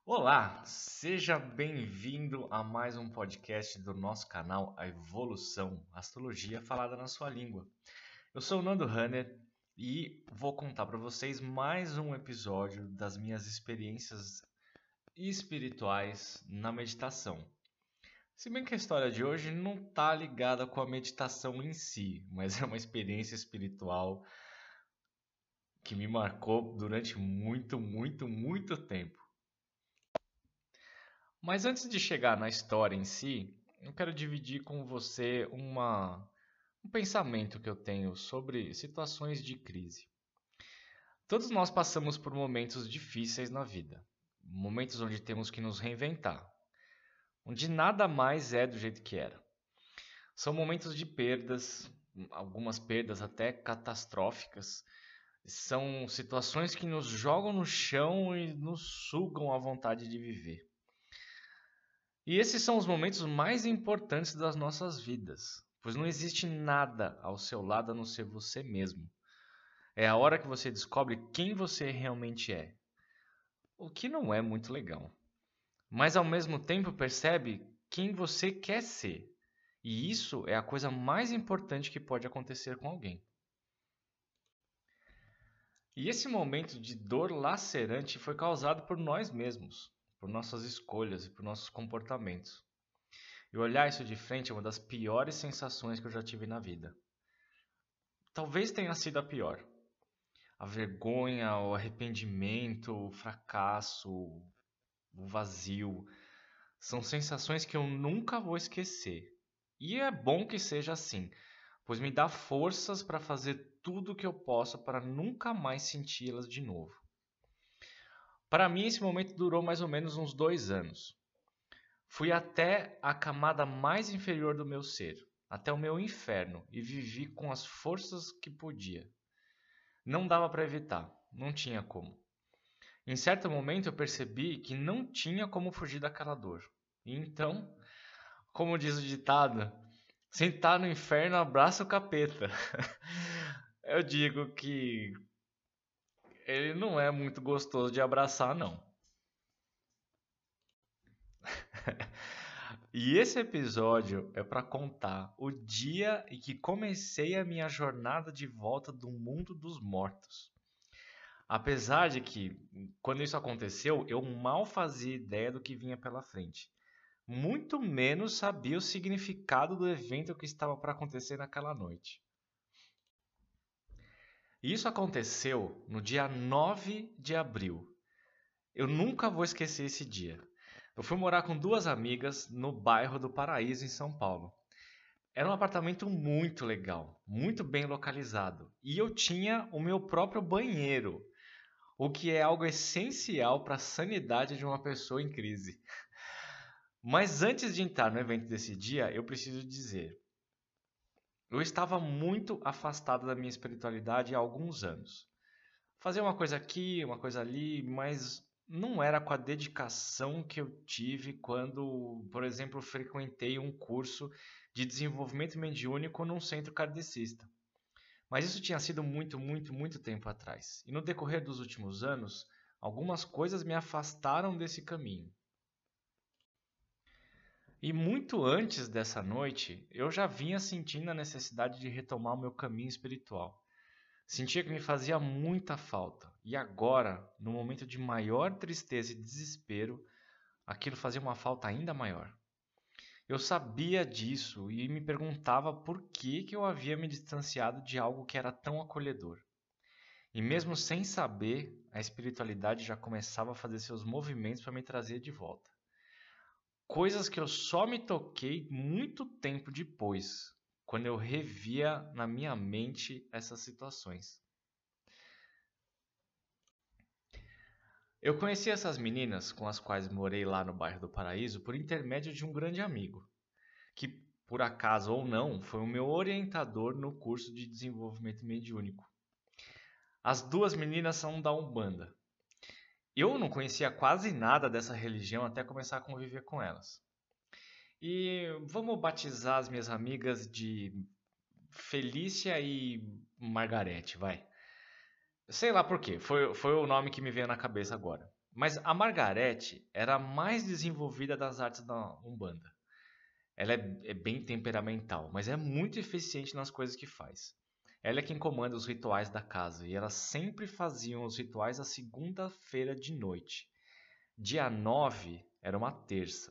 Olá, seja bem-vindo a mais um podcast do nosso canal A Evolução, Astrologia falada na sua língua. Eu sou o Nando Hanner e vou contar para vocês mais um episódio das minhas experiências espirituais na meditação. Se bem que a história de hoje não está ligada com a meditação em si, mas é uma experiência espiritual que me marcou durante muito tempo. Mas antes de chegar na história em si, eu quero dividir com você um pensamento que eu tenho sobre situações de crise. Todos nós passamos por momentos difíceis na vida, momentos onde temos que nos reinventar, onde nada mais é do jeito que era. São momentos de perdas, algumas perdas até catastróficas. São situações que nos jogam no chão e nos sugam a vontade de viver. E esses são os momentos mais importantes das nossas vidas, pois não existe nada ao seu lado a não ser você mesmo. É a hora que você descobre quem você realmente é, o que não é muito legal. Mas ao mesmo tempo percebe quem você quer ser. E isso é a coisa mais importante que pode acontecer com alguém. E esse momento de dor lacerante foi causado por nós mesmos, por nossas escolhas e por nossos comportamentos. E olhar isso de frente é uma das piores sensações que eu já tive na vida. Talvez tenha sido a pior. A vergonha, o arrependimento, o fracasso, o vazio, são sensações que eu nunca vou esquecer. E é bom que seja assim, pois me dá forças para fazer tudo o que eu posso para nunca mais senti-las de novo. Para mim, esse momento durou mais ou menos uns 2 anos. Fui até a camada mais inferior do meu ser, até o meu inferno, e vivi com as forças que podia. Não dava para evitar, não tinha como. Em certo momento eu percebi que não tinha como fugir daquela dor. E então, como diz o ditado, sentar no inferno abraça o capeta. Eu digo que ele não é muito gostoso de abraçar, não. E esse episódio é para contar o dia em que comecei a minha jornada de volta do mundo dos mortos. Apesar de que, quando isso aconteceu, eu mal fazia ideia do que vinha pela frente. Muito menos sabia o significado do evento que estava para acontecer naquela noite. E isso aconteceu no dia 9 de abril. Eu nunca vou esquecer esse dia. Eu fui morar com duas amigas no bairro do Paraíso, em São Paulo. Era um apartamento muito legal, muito bem localizado. E eu tinha o meu próprio banheiro, o que é algo essencial para a sanidade de uma pessoa em crise. Mas antes de entrar no evento desse dia, eu preciso dizer, eu estava muito afastado da minha espiritualidade há alguns anos. Fazia uma coisa aqui, uma coisa ali, mas não era com a dedicação que eu tive quando, por exemplo, frequentei um curso de desenvolvimento mediúnico num centro kardecista. Mas isso tinha sido muito tempo atrás. E no decorrer dos últimos anos, algumas coisas me afastaram desse caminho. E muito antes dessa noite, eu já vinha sentindo a necessidade de retomar o meu caminho espiritual. Sentia que me fazia muita falta. E agora, no momento de maior tristeza e desespero, aquilo fazia uma falta ainda maior. Eu sabia disso e me perguntava por que eu havia me distanciado de algo que era tão acolhedor. E mesmo sem saber, a espiritualidade já começava a fazer seus movimentos para me trazer de volta. Coisas que eu só me toquei muito tempo depois, quando eu revia na minha mente essas situações. Eu conheci essas meninas com as quais morei lá no bairro do Paraíso por intermédio de um grande amigo, que, por acaso ou não, foi o meu orientador no curso de desenvolvimento mediúnico. As duas meninas são da Umbanda. Eu não conhecia quase nada dessa religião até começar a conviver com elas. E vamos batizar as minhas amigas de Felícia e Margarete, vai. Sei lá por quê, foi o nome que me veio na cabeça agora. Mas a Margarete era a mais desenvolvida das artes da Umbanda. Ela é bem temperamental, mas é muito eficiente nas coisas que faz. Ela é quem comanda os rituais da casa e elas sempre faziam os rituais à segunda-feira de noite. Dia 9 era uma terça.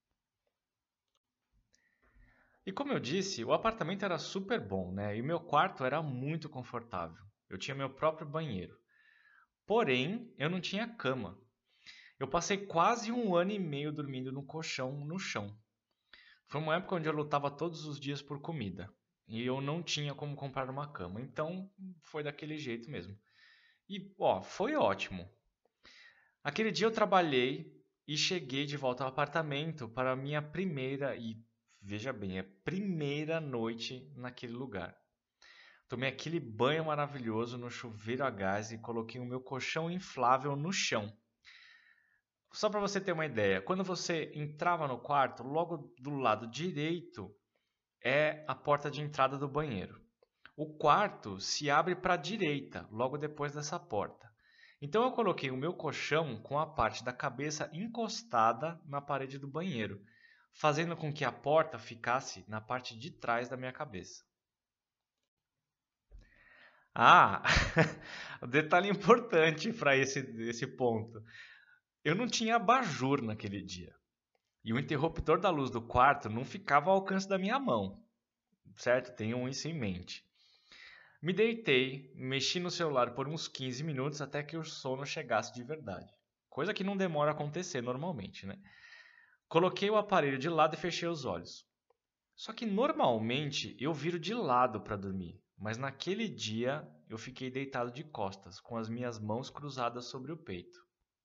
E como eu disse, o apartamento era super bom, né? E o meu quarto era muito confortável. Eu tinha meu próprio banheiro. Porém, eu não tinha cama. Eu passei quase 1 ano e meio dormindo no colchão no chão. Foi uma época onde eu lutava todos os dias por comida. E eu não tinha como comprar uma cama. Então, foi daquele jeito mesmo. E, ó, foi ótimo. Aquele dia eu trabalhei e cheguei de volta ao apartamento para a minha primeira e, veja bem, a primeira noite naquele lugar. Tomei aquele banho maravilhoso no chuveiro a gás e coloquei o meu colchão inflável no chão. Só para você ter uma ideia, quando você entrava no quarto, logo do lado direito é a porta de entrada do banheiro. O quarto se abre para a direita, logo depois dessa porta. Então eu coloquei o meu colchão com a parte da cabeça encostada na parede do banheiro, fazendo com que a porta ficasse na parte de trás da minha cabeça. Ah, detalhe importante para esse ponto. Eu não tinha abajur naquele dia. E o interruptor da luz do quarto não ficava ao alcance da minha mão, certo? Tenham isso em mente. Me deitei, mexi no celular por uns 15 minutos até que o sono chegasse de verdade. Coisa que não demora a acontecer normalmente, né? Coloquei o aparelho de lado e fechei os olhos. Só que normalmente eu viro de lado para dormir, mas naquele dia eu fiquei deitado de costas, com as minhas mãos cruzadas sobre o peito.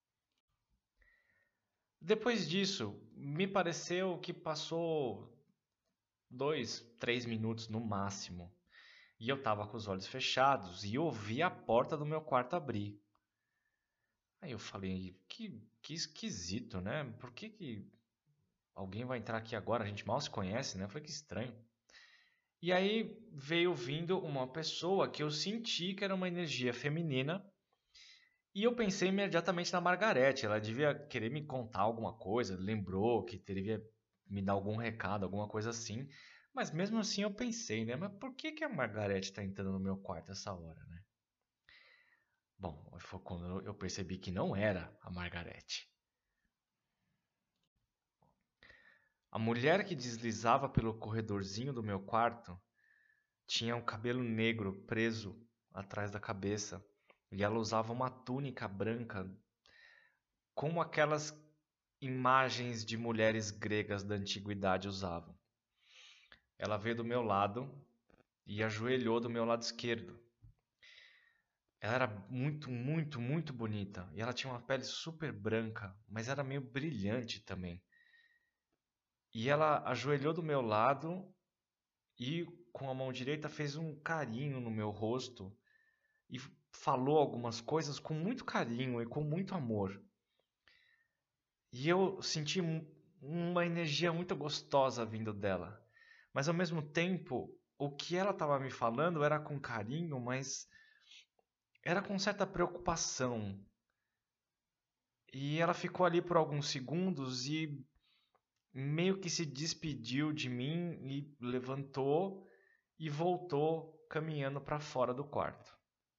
Depois disso, me pareceu que passou 2, 3 minutos no máximo. E eu estava com os olhos fechados e ouvi a porta do meu quarto abrir. Aí eu falei, que esquisito, né? Por que alguém vai entrar aqui agora? A gente mal se conhece, né? Eu falei, que estranho. E aí veio vindo uma pessoa que eu senti que era uma energia feminina. E eu pensei imediatamente na Margarete. Ela devia querer me contar alguma coisa, lembrou que devia me dar algum recado, alguma coisa assim. Mas mesmo assim eu pensei, né? Mas por que a Margarete está entrando no meu quarto essa hora, né? Bom, foi quando eu percebi que não era a Margarete. A mulher que deslizava pelo corredorzinho do meu quarto tinha um cabelo negro preso atrás da cabeça e ela usava uma túnica branca como aquelas imagens de mulheres gregas da antiguidade usavam. Ela veio do meu lado e ajoelhou do meu lado esquerdo. Ela era muito, muito, muito bonita e ela tinha uma pele super branca, mas era meio brilhante também. E ela ajoelhou do meu lado e com a mão direita fez um carinho no meu rosto e falou algumas coisas com muito carinho e com muito amor. E eu senti uma energia muito gostosa vindo dela. Mas ao mesmo tempo, o que ela estava me falando era com carinho, mas era com certa preocupação. E ela ficou ali por alguns segundos e meio que se despediu de mim e levantou e voltou caminhando para fora do quarto.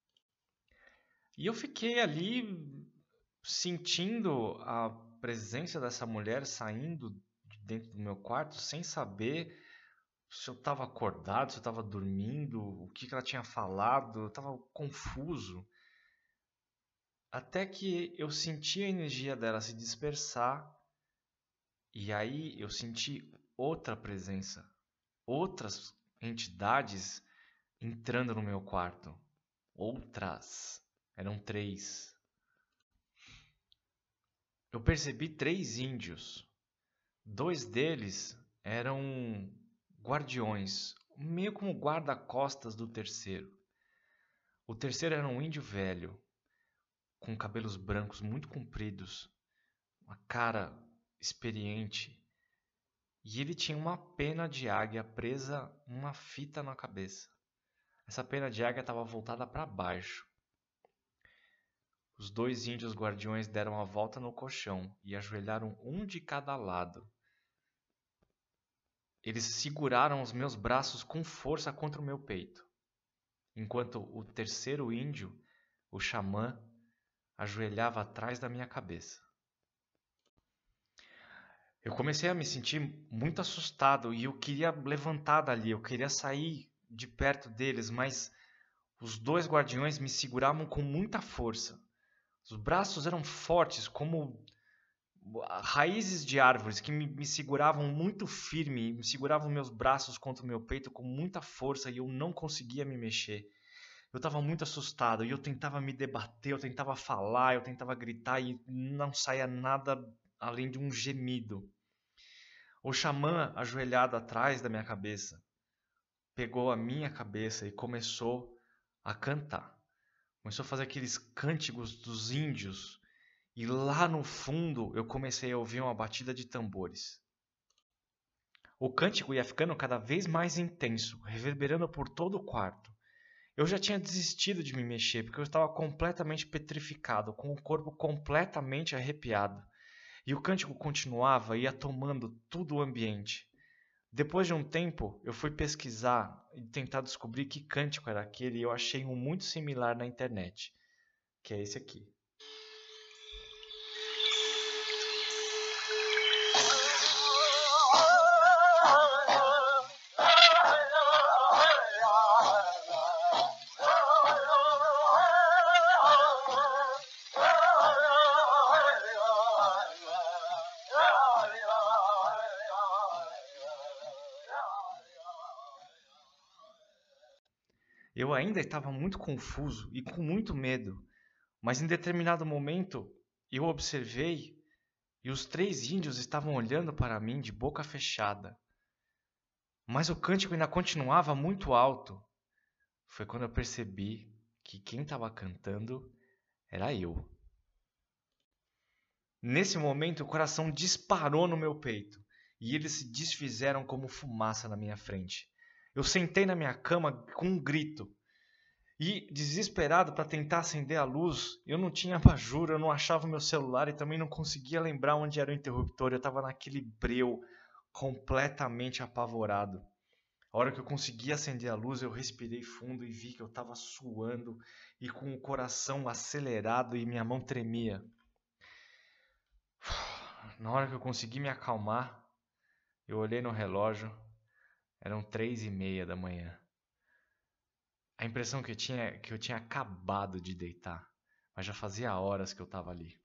E eu fiquei ali sentindo a presença dessa mulher saindo de dentro do meu quarto sem saber se eu estava acordado, se eu estava dormindo, o que ela tinha falado, eu estava confuso. Até que eu senti a energia dela se dispersar e aí eu senti outra presença, outras entidades entrando no meu quarto. Outras. Eram 3. Eu percebi 3 índios. 2 deles eram guardiões, meio como guarda-costas do terceiro. O terceiro era um índio velho, com cabelos brancos muito compridos, uma cara experiente, e ele tinha uma pena de águia presa uma fita na cabeça. Essa pena de águia estava voltada para baixo. Os 2 índios guardiões deram a volta no colchão e ajoelharam um de cada lado. Eles seguraram os meus braços com força contra o meu peito, enquanto o terceiro índio, o xamã, ajoelhava atrás da minha cabeça. Eu comecei a me sentir muito assustado e eu queria levantar dali, eu queria sair de perto deles, mas os 2 guardiões me seguravam com muita força. Os braços eram fortes, como raízes de árvores, que me seguravam muito firme, me seguravam meus braços contra o meu peito com muita força e eu não conseguia me mexer. Eu estava muito assustado e eu tentava me debater, eu tentava falar, eu tentava gritar e não saía nada além de um gemido. O xamã, ajoelhado atrás da minha cabeça, pegou a minha cabeça e começou a cantar. Começou a fazer aqueles cânticos dos índios. E lá no fundo eu comecei a ouvir uma batida de tambores. O cântico ia ficando cada vez mais intenso, reverberando por todo o quarto. Eu já tinha desistido de me mexer, porque eu estava completamente petrificado, com o corpo completamente arrepiado. E o cântico continuava e ia tomando todo o ambiente. Depois de um tempo, eu fui pesquisar e tentar descobrir que cântico era aquele e eu achei um muito similar na internet, que é esse aqui. Eu ainda estava muito confuso e com muito medo, mas em determinado momento eu observei e os 3 índios estavam olhando para mim de boca fechada. Mas o cântico ainda continuava muito alto. Foi quando eu percebi que quem estava cantando era eu. Nesse momento o coração disparou no meu peito e eles se desfizeram como fumaça na minha frente. Eu sentei na minha cama com um grito. E, desesperado para tentar acender a luz, eu não tinha abajur, eu não achava o meu celular e também não conseguia lembrar onde era o interruptor. Eu estava naquele breu, completamente apavorado. A hora que eu consegui acender a luz, eu respirei fundo e vi que eu estava suando e com o coração acelerado e minha mão tremia. Na hora que eu consegui me acalmar, eu olhei no relógio, eram 3:30 da manhã. A impressão que eu tinha é que eu tinha acabado de deitar, mas já fazia horas que eu estava ali.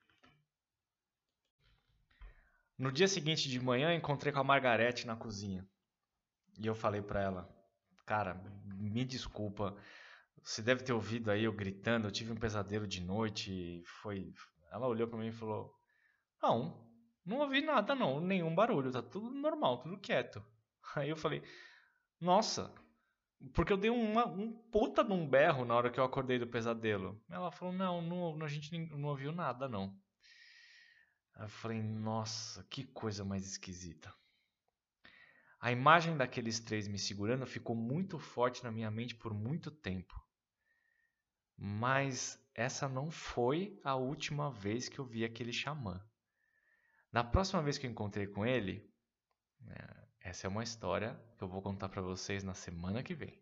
No dia seguinte de manhã, encontrei com a Margarete na cozinha. E eu falei para ela, cara, me desculpa, você deve ter ouvido aí eu gritando, eu tive um pesadelo de noite e foi... Ela olhou para mim e falou, não ouvi nada não, nenhum barulho, tá tudo normal, tudo quieto. Aí eu falei, nossa... Porque eu dei um puta de um berro na hora que eu acordei do pesadelo. Ela falou, não, a gente não ouviu nada, não. Aí eu falei, nossa, que coisa mais esquisita. A imagem daqueles 3 me segurando ficou muito forte na minha mente por muito tempo. Mas essa não foi a última vez que eu vi aquele xamã. Na próxima vez que eu encontrei com ele, essa é uma história que eu vou contar para vocês na semana que vem.